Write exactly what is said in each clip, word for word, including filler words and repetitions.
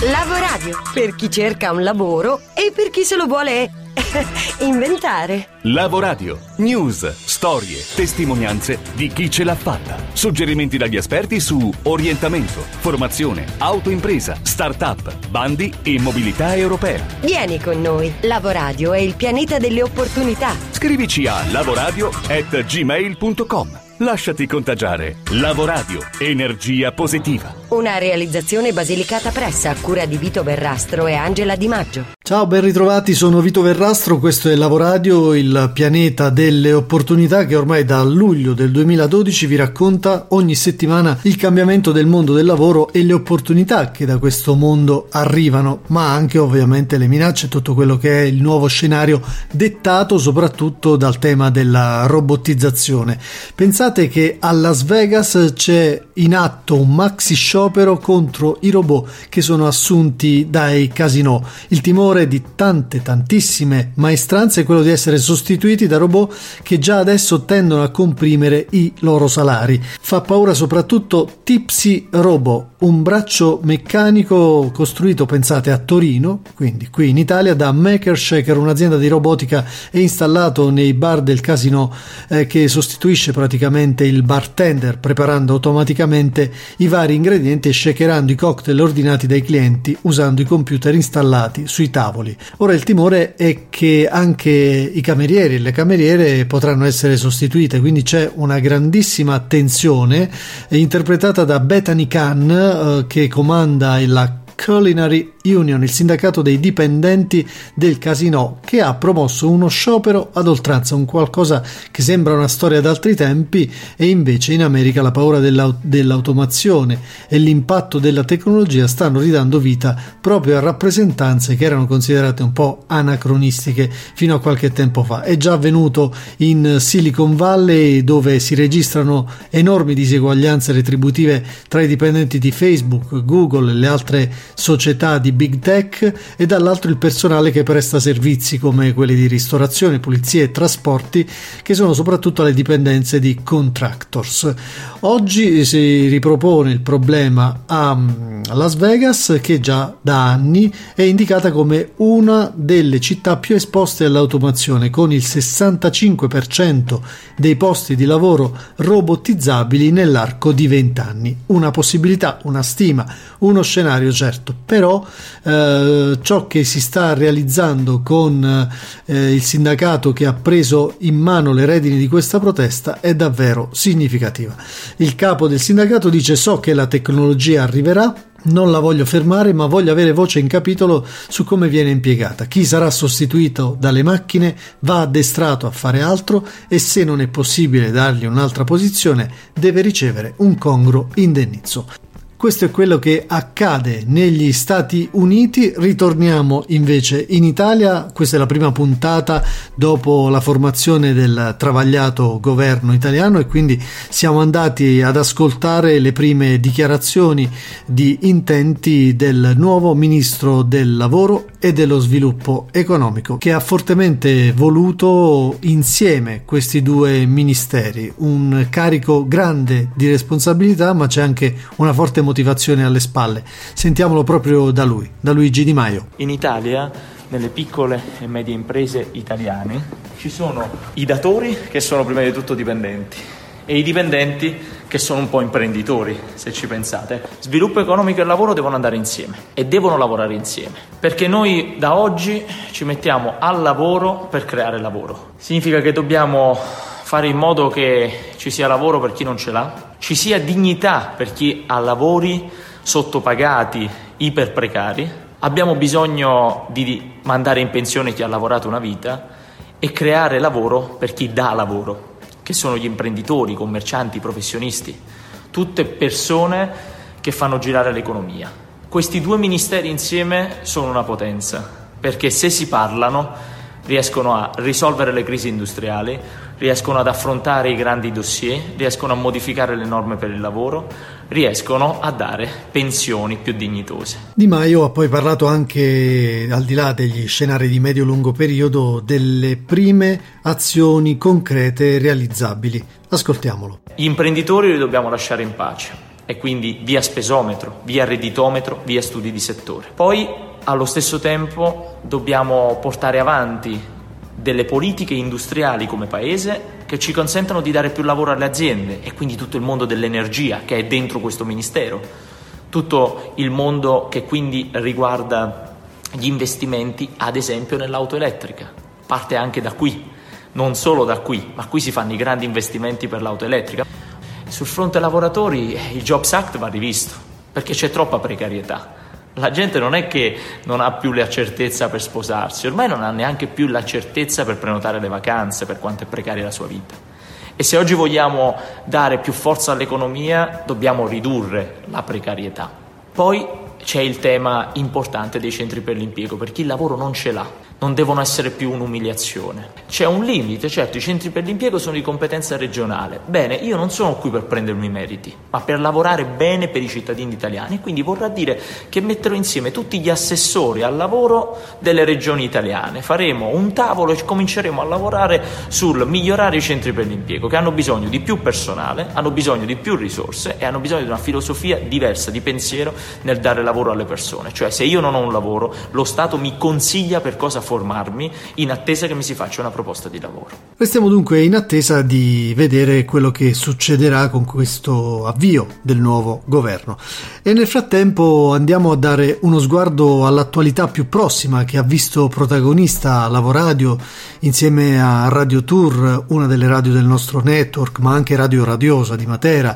Lavoradio, per chi cerca un lavoro e per chi se lo vuole inventare. Lavoradio, news, storie, testimonianze di chi ce l'ha fatta. Suggerimenti dagli esperti su orientamento, formazione, autoimpresa, start-up, bandi e mobilità europea. Vieni con noi. Lavoradio è il pianeta delle opportunità. Scrivici a lavoradio at gmail punto com. Lasciati contagiare. Lavoradio, energia positiva. Una realizzazione Basilicata Press a cura di Vito Verrastro e Angela Di Maggio. Ciao, ben ritrovati, sono Vito Verrastro, questo è Lavoradio, il pianeta delle opportunità che ormai da luglio del duemiladodici vi racconta ogni settimana il cambiamento del mondo del lavoro e le opportunità che da questo mondo arrivano, ma anche ovviamente le minacce e tutto quello che è il nuovo scenario dettato soprattutto dal tema della robotizzazione. Pensate che a Las Vegas c'è in atto un maxi sciopero contro i robot che sono assunti dai casinò. Il timore di tante tantissime maestranze è quello di essere sostituiti da robot che già adesso tendono a comprimere i loro salari. Fa paura soprattutto Tipsy Robot, un braccio meccanico costruito, pensate, a Torino, quindi qui in Italia, da Maker Shaker, un'azienda di robotica, e installato nei bar del casinò, eh, che sostituisce praticamente il bartender preparando automaticamente i vari ingredienti e shakerando i cocktail ordinati dai clienti usando i computer installati sui tavoli. Ora il timore è che anche i camerieri e le cameriere potranno essere sostituite, quindi c'è una grandissima tensione eh, interpretata da Bethany Khan, eh, che comanda la Culinary Union, il sindacato dei dipendenti del casinò, che ha promosso uno sciopero ad oltranza, un qualcosa che sembra una storia d'altri tempi, e invece in America la paura dell'au- dell'automazione e l'impatto della tecnologia stanno ridando vita proprio a rappresentanze che erano considerate un po' anacronistiche fino a qualche tempo fa. È già avvenuto in Silicon Valley, dove si registrano enormi diseguaglianze retributive tra i dipendenti di Facebook, Google e le altre società di big tech, e dall'altro il personale che presta servizi come quelli di ristorazione, pulizia e trasporti, che sono soprattutto alle dipendenze di contractors. Oggi si ripropone il problema a Las Vegas, che già da anni è indicata come una delle città più esposte all'automazione, con il sessantacinque per cento dei posti di lavoro robotizzabili nell'arco di venti anni. Una possibilità, una stima, uno scenario certo, però eh, ciò che si sta realizzando con eh, il sindacato che ha preso in mano le redini di questa protesta è davvero significativa. Il capo del sindacato dice: so che la tecnologia arriverà, non la voglio fermare, ma voglio avere voce in capitolo su come viene impiegata. Chi sarà sostituito dalle macchine va addestrato a fare altro, e se non è possibile dargli un'altra posizione deve ricevere un congruo indennizzo. Questo è quello che accade negli Stati Uniti. Ritorniamo invece in Italia. Questa è la prima puntata dopo la formazione del travagliato governo italiano, e quindi siamo andati ad ascoltare le prime dichiarazioni di intenti del nuovo ministro del lavoro e dello sviluppo economico, che ha fortemente voluto insieme questi due ministeri. Un carico grande di responsabilità, ma c'è anche una forte motivazione alle spalle. Sentiamolo proprio da lui, da Luigi Di Maio. In Italia, nelle piccole e medie imprese italiane, ci sono i datori, che sono prima di tutto dipendenti, e i dipendenti che sono un po' imprenditori, se ci pensate. Sviluppo economico e lavoro devono andare insieme e devono lavorare insieme, perché noi da oggi ci mettiamo al lavoro per creare lavoro. Significa che dobbiamo fare in modo che ci sia lavoro per chi non ce l'ha, ci sia dignità per chi ha lavori sottopagati, iperprecari. Abbiamo bisogno di mandare in pensione chi ha lavorato una vita e creare lavoro per chi dà lavoro, che sono gli imprenditori, i commercianti, i professionisti, tutte persone che fanno girare l'economia. Questi due ministeri insieme sono una potenza, perché se si parlano riescono a risolvere le crisi industriali, riescono ad affrontare i grandi dossier, riescono a modificare le norme per il lavoro, riescono a dare pensioni più dignitose. Di Maio ha poi parlato anche, al di là degli scenari di medio-lungo periodo, delle prime azioni concrete realizzabili. Ascoltiamolo. Gli imprenditori li dobbiamo lasciare in pace. e quindi via spesometro, via redditometro, via studi di settore. Poi allo stesso tempo dobbiamo portare avanti delle politiche industriali come paese che ci consentano di dare più lavoro alle aziende, e quindi tutto il mondo dell'energia che è dentro questo ministero, tutto il mondo che quindi riguarda gli investimenti ad esempio nell'auto elettrica, parte anche da qui, non solo da qui, ma qui si fanno i grandi investimenti per l'auto elettrica. Sul fronte lavoratori il Jobs Act va rivisto, perché c'è troppa precarietà. La gente non è che non ha più la certezza per sposarsi, ormai non ha neanche più la certezza per prenotare le vacanze, per quanto è precaria la sua vita. E se oggi vogliamo dare più forza all'economia, dobbiamo ridurre la precarietà. Poi c'è il tema importante dei centri per l'impiego, per chi il lavoro non ce l'ha. Non devono essere più un'umiliazione. C'è un limite, certo, i centri per l'impiego sono di competenza regionale. Bene, io non sono qui per prendermi i meriti, ma per lavorare bene per i cittadini italiani. Quindi vorrà dire che metterò insieme tutti gli assessori al lavoro delle regioni italiane. Faremo un tavolo e cominceremo a lavorare sul migliorare i centri per l'impiego, che hanno bisogno di più personale, hanno bisogno di più risorse e hanno bisogno di una filosofia diversa di pensiero nel dare lavoro alle persone. Cioè, se io non ho un lavoro, lo Stato mi consiglia per cosa formarmi in attesa che mi si faccia una proposta di lavoro. Restiamo dunque in attesa di vedere quello che succederà con questo avvio del nuovo governo. E nel frattempo andiamo a dare uno sguardo all'attualità più prossima, che ha visto protagonista Lavoradio insieme a Radio Tour, una delle radio del nostro network, ma anche Radio Radiosa di Matera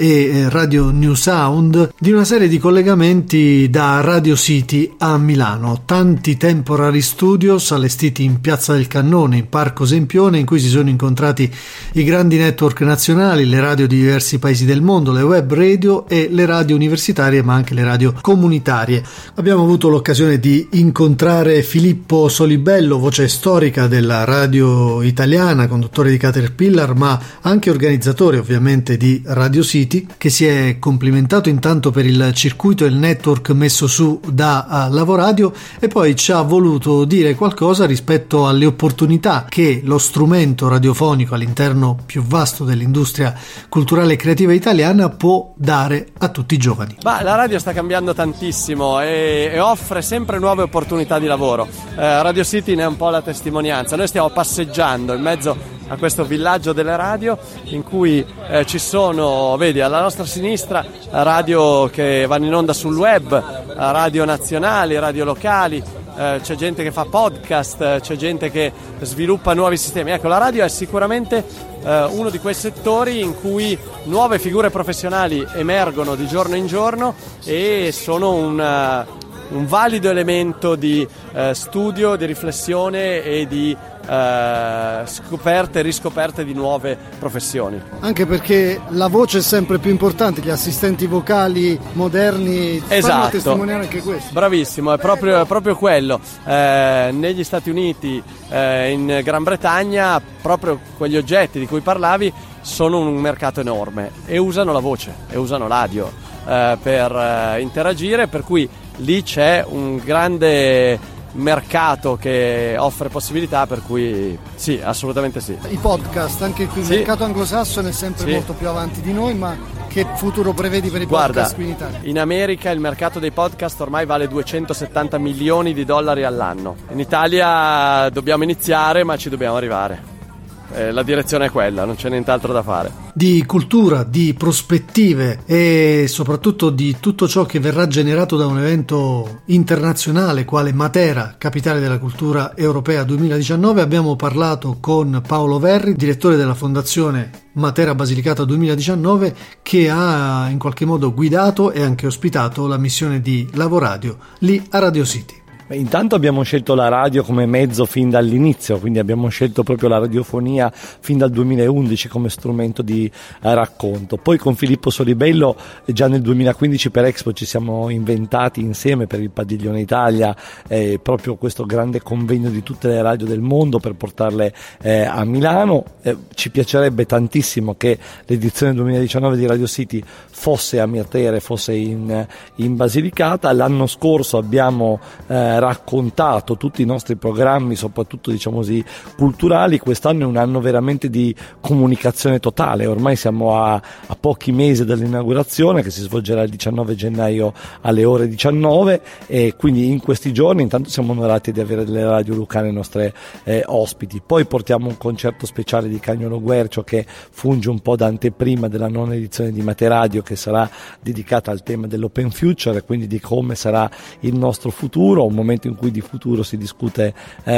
e Radio New Sound, di una serie di collegamenti da Radio City a Milano, tanti temporary studios allestiti in Piazza del Cannone, in Parco Sempione, in cui si sono incontrati i grandi network nazionali, le radio di diversi paesi del mondo, le web radio e le radio universitarie, ma anche le radio comunitarie. Abbiamo avuto l'occasione di incontrare Filippo Solibello, voce storica della radio italiana, conduttore di Caterpillar, ma anche organizzatore ovviamente di Radio City, che si è complimentato intanto per il circuito e il network messo su da uh, Lavoradio, e poi ci ha voluto dire qualcosa rispetto alle opportunità che lo strumento radiofonico all'interno più vasto dell'industria culturale e creativa italiana può dare a tutti i giovani. Bah, la radio sta cambiando tantissimo e, e offre sempre nuove opportunità di lavoro. Eh, Radio City ne è un po' la testimonianza. Noi stiamo passeggiando in mezzo a questo villaggio delle radio in cui eh, ci sono, vedi, alla nostra sinistra radio che vanno in onda sul web, radio nazionali, radio locali, eh, c'è gente che fa podcast, c'è gente che sviluppa nuovi sistemi. Ecco, la radio è sicuramente eh, uno di quei settori in cui nuove figure professionali emergono di giorno in giorno e sono un, uh, un valido elemento di uh, studio, di riflessione e di Uh, scoperte e riscoperte di nuove professioni. Anche perché la voce è sempre più importante, gli assistenti vocali moderni esatto. fanno testimoniare anche questo. Bravissimo, è proprio, è proprio quello. Eh, negli Stati Uniti, eh, in Gran Bretagna, proprio quegli oggetti di cui parlavi sono un mercato enorme e usano la voce e usano l'audio eh, per eh, interagire, per cui lì c'è un grande mercato che offre possibilità, per cui sì, assolutamente sì. I podcast, anche qui il sì. mercato anglosassone è sempre sì. molto più avanti di noi, ma che futuro prevedi per i Guarda, podcast qui in Italia? In America il mercato dei podcast ormai vale duecentosettanta milioni di dollari all'anno. In Italia dobbiamo iniziare, ma ci dobbiamo arrivare. Eh, la direzione è quella, non c'è nient'altro da fare. Di cultura, di prospettive e soprattutto di tutto ciò che verrà generato da un evento internazionale quale Matera, capitale della cultura europea duemiladiciannove, abbiamo parlato con Paolo Verri, direttore della fondazione Matera Basilicata duemiladiciannove, che ha in qualche modo guidato e anche ospitato la missione di Lavoradio lì a Radio City. Beh, intanto abbiamo scelto la radio come mezzo fin dall'inizio, quindi abbiamo scelto proprio la radiofonia fin dal duemilaundici come strumento di eh, racconto. Poi con Filippo Solibello già nel duemilaquindici per Expo ci siamo inventati insieme per il Padiglione Italia eh, proprio questo grande convegno di tutte le radio del mondo per portarle eh, a Milano. Eh, ci piacerebbe tantissimo che l'edizione duemiladiciannove di Radio City fosse a Matera, fosse in, in Basilicata. L'anno scorso abbiamo eh, eh, raccontato tutti i nostri programmi, soprattutto diciamo così culturali. Quest'anno è un anno veramente di comunicazione totale, ormai siamo a, a pochi mesi dall'inaugurazione, che si svolgerà il diciannove gennaio alle ore diciannove, e quindi in questi giorni intanto siamo onorati di avere delle radio lucane nostre eh, ospiti. Poi portiamo un concerto speciale di Cagnolo Guercio che funge un po' da anteprima della nona edizione di Materadio, che sarà dedicata al tema dell'open future e quindi di come sarà il nostro futuro, un momento in cui di futuro si discute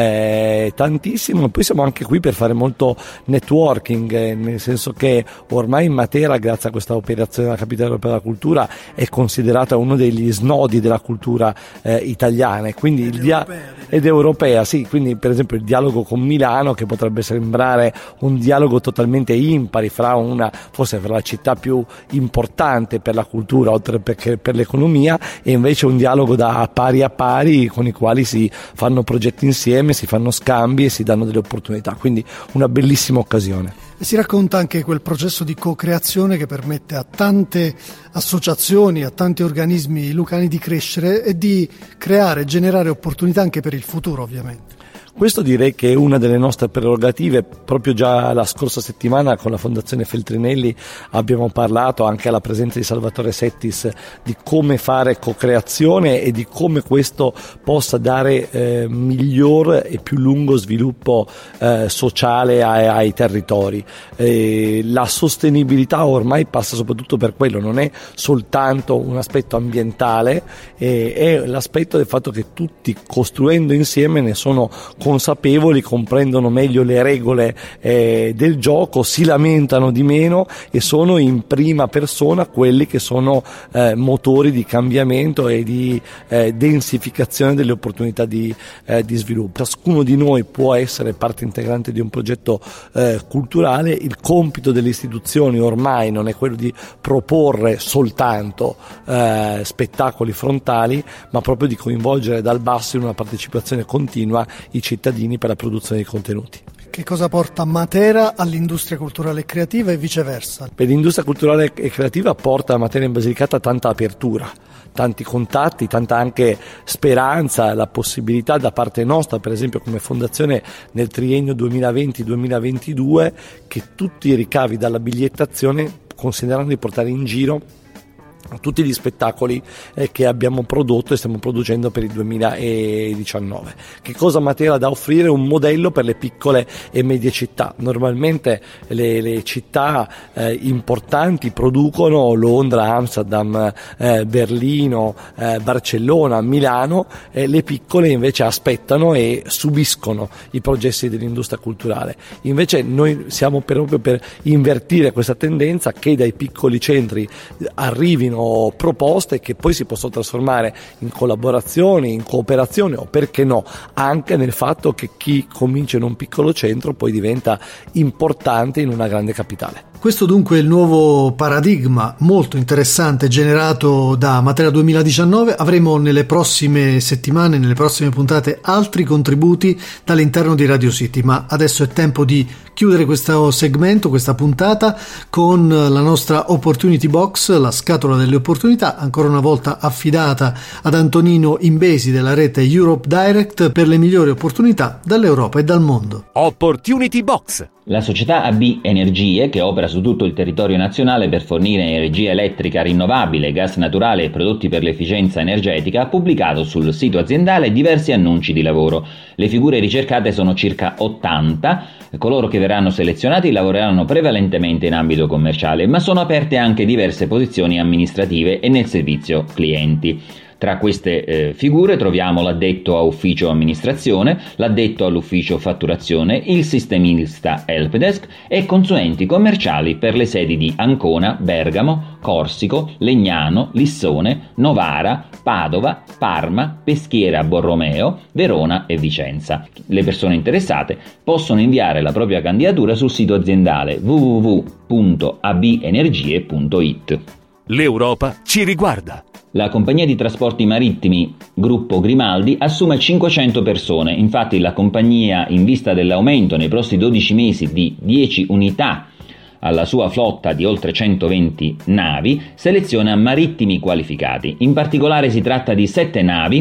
eh, tantissimo. E poi siamo anche qui per fare molto networking, eh, nel senso che ormai Matera, grazie a questa operazione della Capitale Europea della Cultura, è considerata uno degli snodi della cultura eh, italiana e quindi ed, il dia- europea, ed europea, sì, quindi per esempio il dialogo con Milano, che potrebbe sembrare un dialogo totalmente impari fra una, forse fra la città più importante per la cultura oltre che per l'economia, e invece un dialogo da pari a pari con i quali si fanno progetti insieme, si fanno scambi e si danno delle opportunità, quindi una bellissima occasione. E si racconta anche quel processo di co-creazione che permette a tante associazioni, a tanti organismi lucani di crescere e di creare e generare opportunità anche per il futuro, ovviamente. Questo direi che è una delle nostre prerogative. Proprio già la scorsa settimana con la Fondazione Feltrinelli abbiamo parlato, anche alla presenza di Salvatore Settis, di come fare co-creazione e di come questo possa dare eh, miglior e più lungo sviluppo eh, sociale ai, ai territori. Eh, la sostenibilità ormai passa soprattutto per quello, non è soltanto un aspetto ambientale, eh, è l'aspetto del fatto che tutti, costruendo insieme, ne sono consapevoli, comprendono meglio le regole eh, del gioco, si lamentano di meno e sono in prima persona quelli che sono eh, motori di cambiamento e di eh, densificazione delle opportunità di, eh, di sviluppo. Ciascuno di noi può essere parte integrante di un progetto eh, culturale. Il compito delle istituzioni ormai non è quello di proporre soltanto eh, spettacoli frontali, ma proprio di coinvolgere dal basso in una partecipazione continua i cittadini per la produzione di contenuti. Che cosa porta Matera all'industria culturale e creativa e viceversa? Per l'industria culturale e creativa porta a Matera in Basilicata tanta apertura, tanti contatti, tanta anche speranza, la possibilità da parte nostra, per esempio come fondazione nel triennio duemilaventi duemilaventidue, che tutti i ricavi dalla bigliettazione considerano di portare in giro tutti gli spettacoli eh, che abbiamo prodotto e stiamo producendo per il duemiladiciannove. Che cosa Matera ha da offrire? Un modello per le piccole e medie città. Normalmente le, le città eh, importanti producono Londra, Amsterdam, eh, Berlino, eh, Barcellona, Milano, e le piccole invece aspettano e subiscono i processi dell'industria culturale. Invece noi siamo proprio per invertire questa tendenza, che dai piccoli centri arrivino proposte che poi si possono trasformare in collaborazioni, in cooperazione, o perché no anche nel fatto che chi comincia in un piccolo centro poi diventa importante in una grande capitale. Questo dunque è il nuovo paradigma molto interessante generato da Matera duemiladiciannove. Avremo nelle prossime settimane, nelle prossime puntate, altri contributi dall'interno di Radio City, ma adesso è tempo di chiudere questo segmento, questa puntata, con la nostra Opportunity Box, la scatola delle opportunità, ancora una volta affidata ad Antonino Imbesi della rete Europe Direct per le migliori opportunità dall'Europa e dal mondo. Opportunity Box. La società A B Energie, che opera su tutto il territorio nazionale per fornire energia elettrica rinnovabile, gas naturale e prodotti per l'efficienza energetica, ha pubblicato sul sito aziendale diversi annunci di lavoro. Le figure ricercate sono circa ottanta. Coloro che verranno selezionati lavoreranno prevalentemente in ambito commerciale, ma sono aperte anche diverse posizioni amministrative e nel servizio clienti. Tra queste eh, figure troviamo l'addetto a ufficio amministrazione, l'addetto all'ufficio fatturazione, il sistemista helpdesk e consulenti commerciali per le sedi di Ancona, Bergamo, Corsico, Legnano, Lissone, Novara, Padova, Parma, Peschiera Borromeo, Verona e Vicenza. Le persone interessate possono inviare la propria candidatura sul sito aziendale w w w punto a b energie punto i t. L'Europa ci riguarda. La compagnia di trasporti marittimi Gruppo Grimaldi assume cinquecento persone. Infatti la compagnia, in vista dell'aumento nei prossimi dodici mesi di dieci unità alla sua flotta di oltre centoventi navi, seleziona marittimi qualificati. In particolare si tratta di sette navi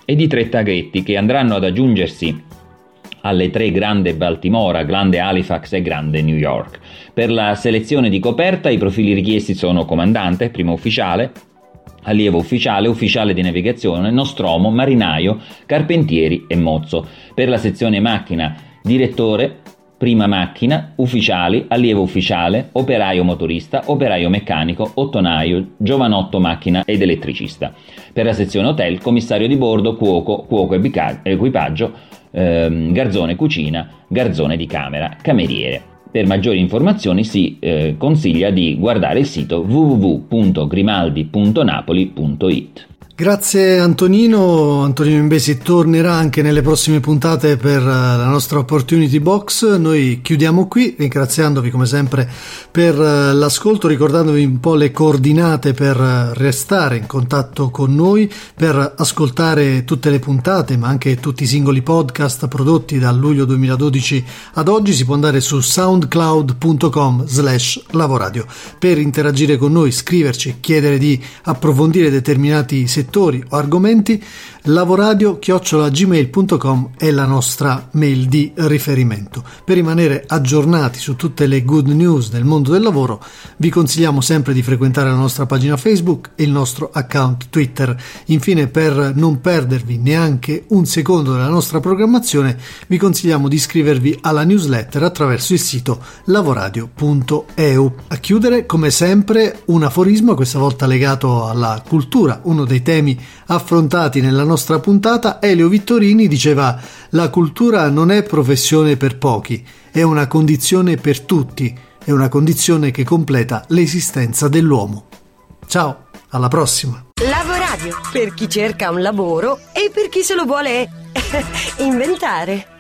e di tre traghetti che andranno ad aggiungersi alle tre Grande Baltimora, Grande Halifax e Grande New York. Per la selezione di coperta i profili richiesti sono comandante, primo ufficiale, allievo ufficiale, ufficiale di navigazione, nostromo, marinaio, carpentieri e mozzo. Per la sezione macchina, direttore, prima macchina, ufficiali, allievo ufficiale, operaio motorista, operaio meccanico, ottonaio, giovanotto macchina ed elettricista. Per la sezione hotel, commissario di bordo, cuoco, cuoco equipaggio, ehm, garzone cucina, garzone di camera, cameriere. Per maggiori informazioni si eh, consiglia di guardare il sito w w w punto grimaldi punto napoli punto i t. Grazie Antonino. Antonino Imbesi tornerà anche nelle prossime puntate per la nostra Opportunity Box. Noi chiudiamo qui, ringraziandovi come sempre per l'ascolto, ricordandovi un po' le coordinate per restare in contatto con noi, per ascoltare tutte le puntate ma anche tutti i singoli podcast prodotti dal luglio duemiladodici ad oggi. Si può andare su soundcloud punto com slash lavoradio per interagire con noi, scriverci, chiedere di approfondire determinati settori o argomenti. Lavoradio chiocciola gmail punto com è la nostra mail di riferimento. Per rimanere aggiornati su tutte le good news del mondo del lavoro vi consigliamo sempre di frequentare la nostra pagina Facebook e il nostro account Twitter. Infine, per non perdervi neanche un secondo della nostra programmazione, vi consigliamo di iscrivervi alla newsletter attraverso il sito lavoradio punto e u. A chiudere, come sempre, un aforisma, questa volta legato alla cultura, uno dei temi affrontati nella nostra puntata. Elio Vittorini diceva: la cultura non è professione per pochi, è una condizione per tutti, è una condizione che completa l'esistenza dell'uomo. Ciao, alla prossima. Lavoradio, per chi cerca un lavoro e per chi se lo vuole inventare.